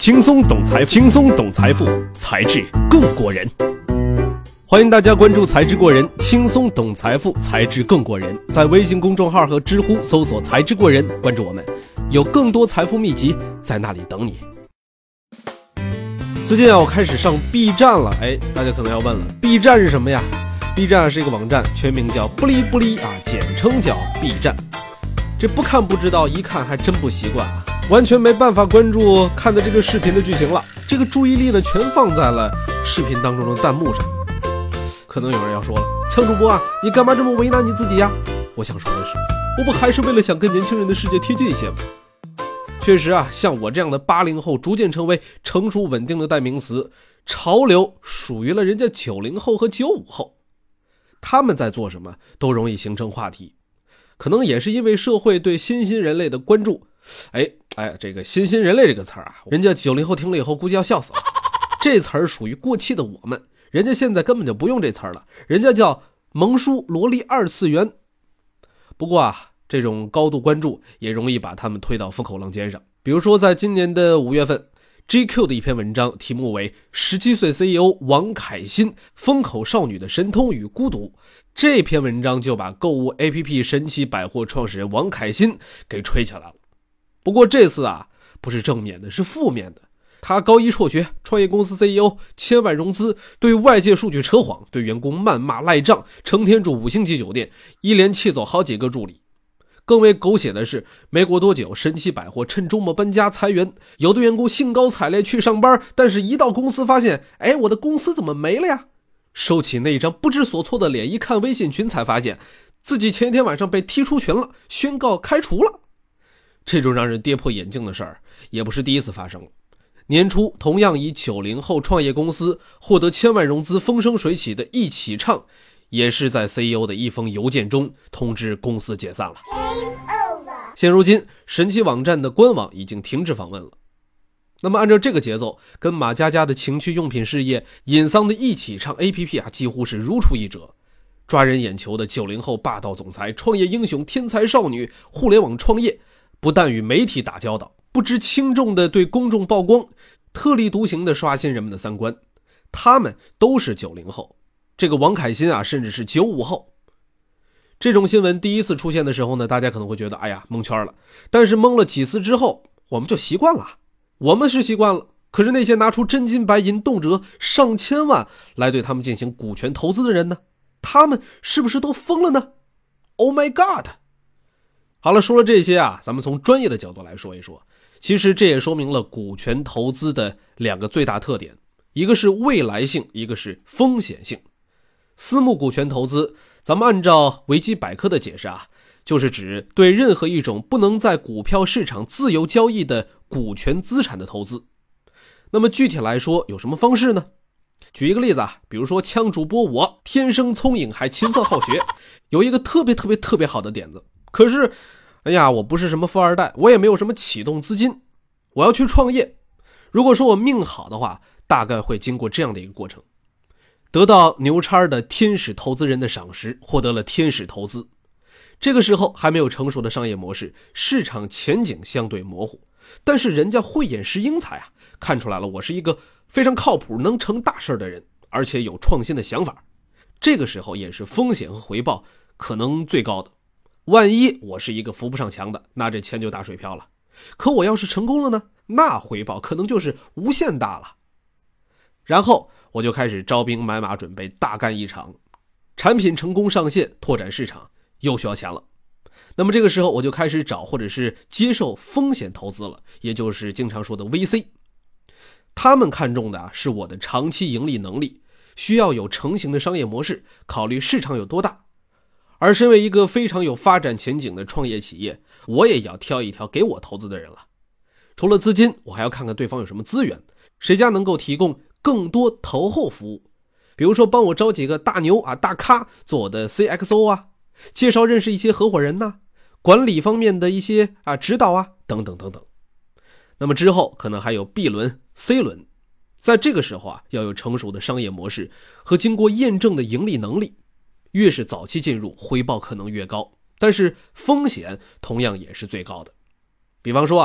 轻松懂财富，轻松懂财富，才智更过人。欢迎大家关注才智过人，轻松懂财富，才智更过人。在微信公众号和知乎搜索才智过人，关注我们，有更多财富秘籍在那里等你。最近我开始上 B 站了，大家可能要问了，B 站是什么呀？ B 站是一个网站，全名叫不离不离简称叫 B 站。这不看不知道，一看还真不习惯啊，完全没办法关注看的这个视频的剧情了，这个注意力呢全放在了视频当中的弹幕上。可能有人要说了，强主播你干嘛这么为难你自己呀？我想说的是，我不还是为了想跟年轻人的世界贴近一些吗？确实像我这样的80后逐渐成为成熟稳定的代名词，潮流属于了人家90后和95后。他们在做什么都容易形成话题，可能也是因为社会对新兴人类的关注。这个新兴人类这个词儿人家90后听了以后估计要笑死了。这词儿属于过气的我们，人家现在根本就不用这词儿了，人家叫萌叔萝莉二次元。不过这种高度关注也容易把他们推到风口浪尖上。比如说在今年的5月份，GQ 的一篇文章，题目为17岁 CEO 王凯欣风口少女的神通与孤独。这篇文章就把购物 APP 神奇百货创始人王凯欣给吹起来了。不过这次不是正面的，是负面的。他高一辍学，创业公司 CEO， 千万融资，对外界数据扯谎，对员工谩骂赖账，成天住5星级酒店，一连气走好几个助理。更为狗血的是，没过多久，神奇百货趁周末搬家裁员，有的员工兴高采烈去上班，但是一到公司发现，我的公司怎么没了呀？收起那张不知所措的脸，一看微信群才发现，自己前一天晚上被踢出群了，宣告开除了。这种让人跌破眼镜的事儿，也不是第一次发生了。年初，同样以90后创业公司获得千万融资风生水起的一起唱，也是在 CEO 的一封邮件中通知公司解散了。现如今，神奇网站的官网已经停止访问了。那么按照这个节奏，跟马佳佳的情趣用品事业隐藏的一起唱 APP 几乎是如出一辙。抓人眼球的90后霸道总裁、创业英雄、天才少女，互联网创业不但与媒体打交道，不知轻重的对公众曝光，特立独行的刷新人们的三观。他们都是90后，这个王凯欣甚至是95后。这种新闻第一次出现的时候呢，大家可能会觉得蒙圈了。但是蒙了几次之后，我们就习惯了。我们是习惯了，可是那些拿出真金白银动辄上千万来对他们进行股权投资的人呢？他们是不是都疯了呢？ Oh my god。 好了，说了这些咱们从专业的角度来说一说。其实这也说明了股权投资的2个最大特点，一个是未来性，一个是风险性。私募股权投资，咱们按照维基百科的解释就是指对任何一种不能在股票市场自由交易的股权资产的投资。那么具体来说有什么方式呢？举一个例子比如说枪主播我天生聪颖还勤奋好学，有一个特别好的点子，可是我不是什么富二代，我也没有什么启动资金，我要去创业。如果说我命好的话，大概会经过这样的一个过程，得到牛叉的天使投资人的赏识，获得了天使投资。这个时候还没有成熟的商业模式，市场前景相对模糊，但是人家慧眼识英才看出来了，我是一个非常靠谱能成大事的人，而且有创新的想法。这个时候也是风险和回报可能最高的。万一我是一个扶不上墙的，那这钱就打水漂了。可我要是成功了呢，那回报可能就是无限大了。然后我就开始招兵买马，准备大干一场。产品成功上线，拓展市场又需要钱了。那么这个时候我就开始找或者是接受风险投资了，也就是经常说的 VC。 他们看重的是我的长期盈利能力，需要有成型的商业模式，考虑市场有多大。而身为一个非常有发展前景的创业企业，我也要挑一挑给我投资的人了。除了资金，我还要看看对方有什么资源，谁家能够提供更多投后服务，比如说帮我招几个大牛大咖做我的 CXO 介绍认识一些合伙人管理方面的一些指导等等等等。那么之后可能还有 B 轮 C 轮，在这个时候要有成熟的商业模式和经过验证的盈利能力。越是早期进入，回报可能越高，但是风险同样也是最高的。比方说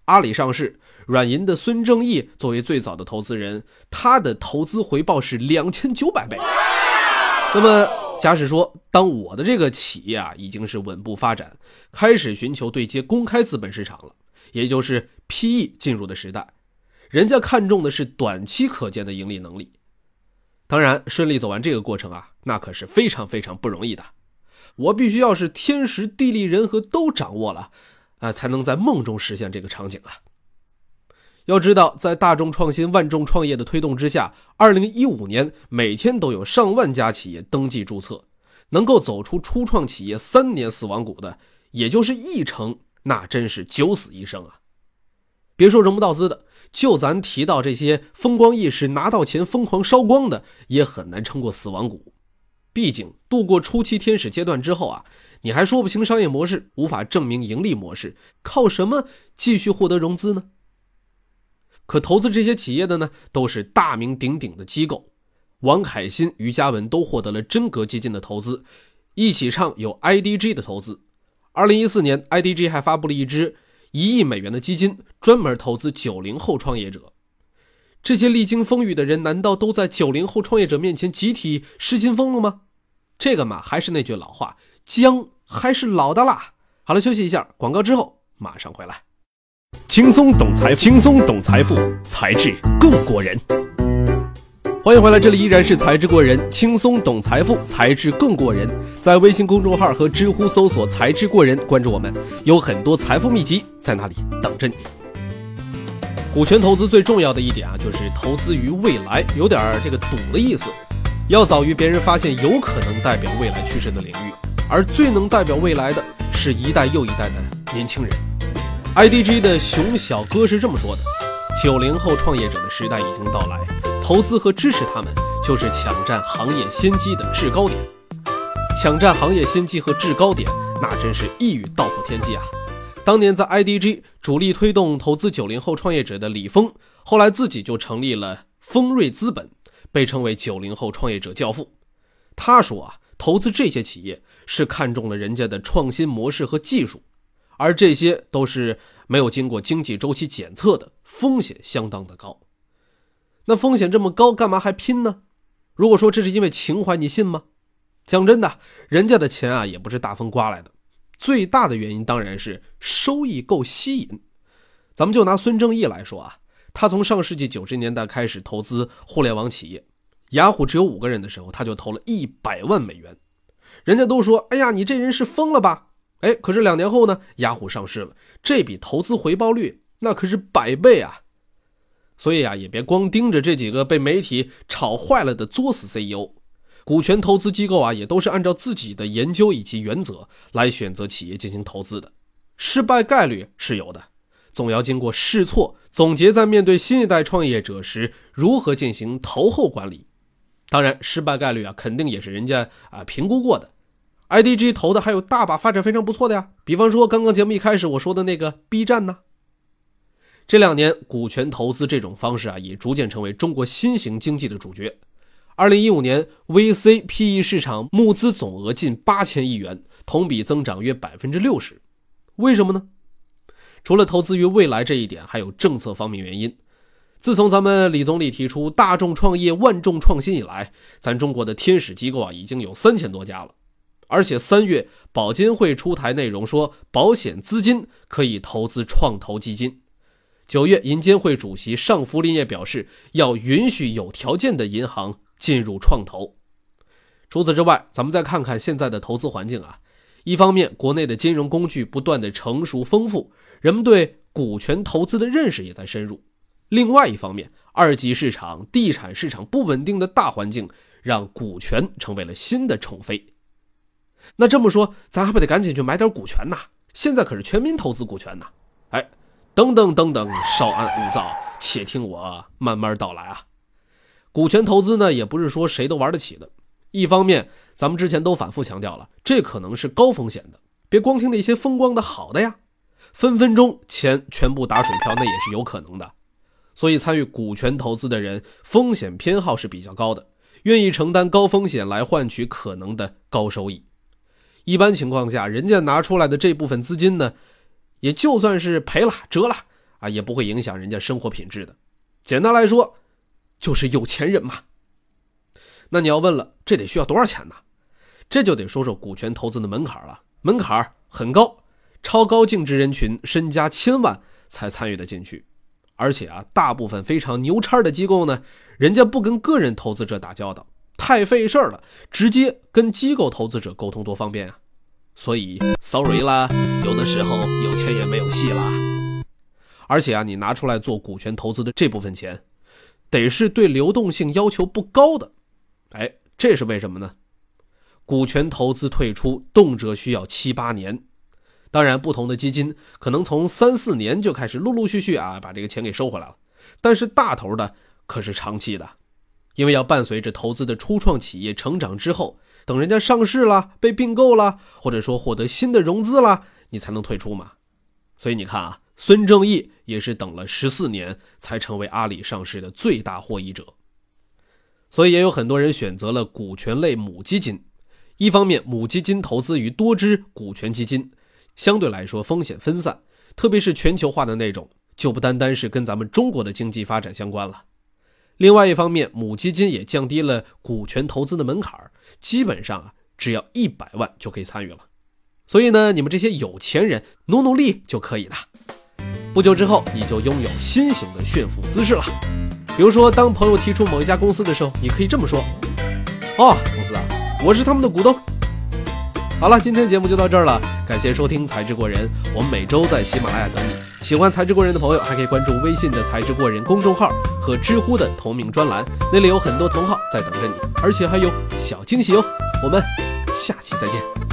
阿里上市，软银的孙正义作为最早的投资人，他的投资回报是2900倍。那么假使说，当我的这个企业已经是稳步发展，开始寻求对接公开资本市场了，也就是 PE 进入的时代，人家看重的是短期可见的盈利能力。当然顺利走完这个过程那可是非常非常不容易的。我必须要是天时地利人和都掌握了才能在梦中实现这个场景要知道，在大众创新万众创业的推动之下，2015年每天都有上万家企业登记注册，能够走出初创企业3年死亡谷的也就是1成，那真是九死一生别说融不到资的，就咱提到这些风光一时拿到钱疯狂烧光的，也很难撑过死亡谷。毕竟度过初期天使阶段之后你还说不清商业模式，无法证明盈利模式，靠什么继续获得融资呢？可投资这些企业的呢，都是大名鼎鼎的机构，王凯欣、于嘉文都获得了真格基金的投资，一起唱有 IDG 的投资。2014年 IDG 还发布了一支1亿美元的基金，专门投资90后创业者。这些历经风雨的人，难道都在90后创业者面前集体失心疯了吗？这个嘛，还是那句老话，姜还是老的辣。好了，休息一下，广告之后马上回来。 轻松懂财富，轻松懂财富，才智更过人。 欢迎回来，这里依然是才智过人，轻松懂财富，才智更过人。在微信公众号和知乎搜索才智过人，关注我们，有很多财富秘籍在那里等着你。股权投资最重要的一点就是投资于未来，有点这个赌的意思，要早于别人发现有可能代表未来趋势的领域，而最能代表未来的是一代又一代的年轻人。IDG 的熊小哥是这么说的：90后创业者的时代已经到来，投资和支持他们就是抢占行业先机的制高点。抢占行业先机和制高点，那真是一语道破天机当年在 IDG 主力推动投资90后创业者的李峰，后来自己就成立了丰瑞资本，被称为90后创业者教父。他说投资这些企业是看中了人家的创新模式和技术，而这些都是没有经过经济周期检测的，风险相当的高。那风险这么高，干嘛还拼呢？如果说这是因为情怀，你信吗？讲真的，人家的钱也不是大风刮来的，最大的原因当然是收益够吸引。咱们就拿孙正义来说他从上世纪90年代开始投资互联网企业，雅虎只有5个人的时候，他就投了100万美元。人家都说，哎呀，你这人是疯了吧？可是2年后呢，雅虎上市了，这笔投资回报率那可是100倍所以也别光盯着这几个被媒体炒坏了的作死 CEO。股权投资机构也都是按照自己的研究以及原则来选择企业进行投资的，失败概率是有的，总要经过试错，总结在面对新一代创业者时如何进行投后管理。当然失败概率肯定也是人家评估过的。IDG 投的还有大把发展非常不错的呀，比方说刚刚节目一开始我说的那个 B 站呢。这2年股权投资这种方式也逐渐成为中国新型经济的主角。2015年 VC PE 市场募资总额近8000亿元，同比增长约 60%。 为什么呢？除了投资于未来这一点，还有政策方面原因。自从咱们李总理提出大众创业万众创新以来，咱中国的天使机构已经有3000多家了。而且3月保监会出台内容说，保险资金可以投资创投基金。9月银监会主席尚福林也表示，要允许有条件的银行进入创投。除此之外，咱们再看看现在的投资环境一方面国内的金融工具不断的成熟丰富，人们对股权投资的认识也在深入。另外一方面，二级市场、地产市场不稳定的大环境，让股权成为了新的宠妃。那这么说，咱还不得赶紧去买点股权现在可是全民投资股权等等，稍安勿躁，且听我慢慢道来股权投资呢，也不是说谁都玩得起的。一方面，咱们之前都反复强调了，这可能是高风险的，别光听那些风光的好的呀，分分钟钱全部打水漂，那也是有可能的。所以参与股权投资的人，风险偏好是比较高的，愿意承担高风险来换取可能的高收益。一般情况下，人家拿出来的这部分资金呢，也就算是赔了折了也不会影响人家生活品质的。简单来说，就是有钱人嘛。那你要问了，这得需要多少钱呢？这就得说说股权投资的门槛了。门槛很高，超高净值人群身家1000万才参与得进去。而且大部分非常牛叉的机构呢，人家不跟个人投资者打交道，太费事了，直接跟机构投资者沟通多方便啊。所以 sorry 啦，有的时候有钱也没有戏啦。而且你拿出来做股权投资的这部分钱，得是对流动性要求不高的。这是为什么呢？股权投资退出动辄需要7、8年。当然不同的基金可能从3、4年就开始陆陆续续把这个钱给收回来了，但是大头的可是长期的，因为要伴随着投资的初创企业成长之后，等人家上市了，被并购了，或者说获得新的融资了，你才能退出嘛。所以你看孙正义也是等了14年才成为阿里上市的最大获益者。所以也有很多人选择了股权类母基金。一方面，母基金投资于多只股权基金，相对来说风险分散，特别是全球化的那种，就不单单是跟咱们中国的经济发展相关了。另外一方面，母基金也降低了股权投资的门槛，基本上只要100万就可以参与了。所以呢，你们这些有钱人努力就可以了。不久之后，你就拥有新型的炫富姿势了。比如说，当朋友提出某一家公司的时候，你可以这么说：公司我是他们的股东。好了，今天节目就到这儿了，感谢收听才智过人，我们每周在喜马拉雅等你。喜欢才智过人的朋友，还可以关注微信的才智过人公众号和知乎的同名专栏，那里有很多同好在等着你，而且还有小惊喜哦。我们下期再见。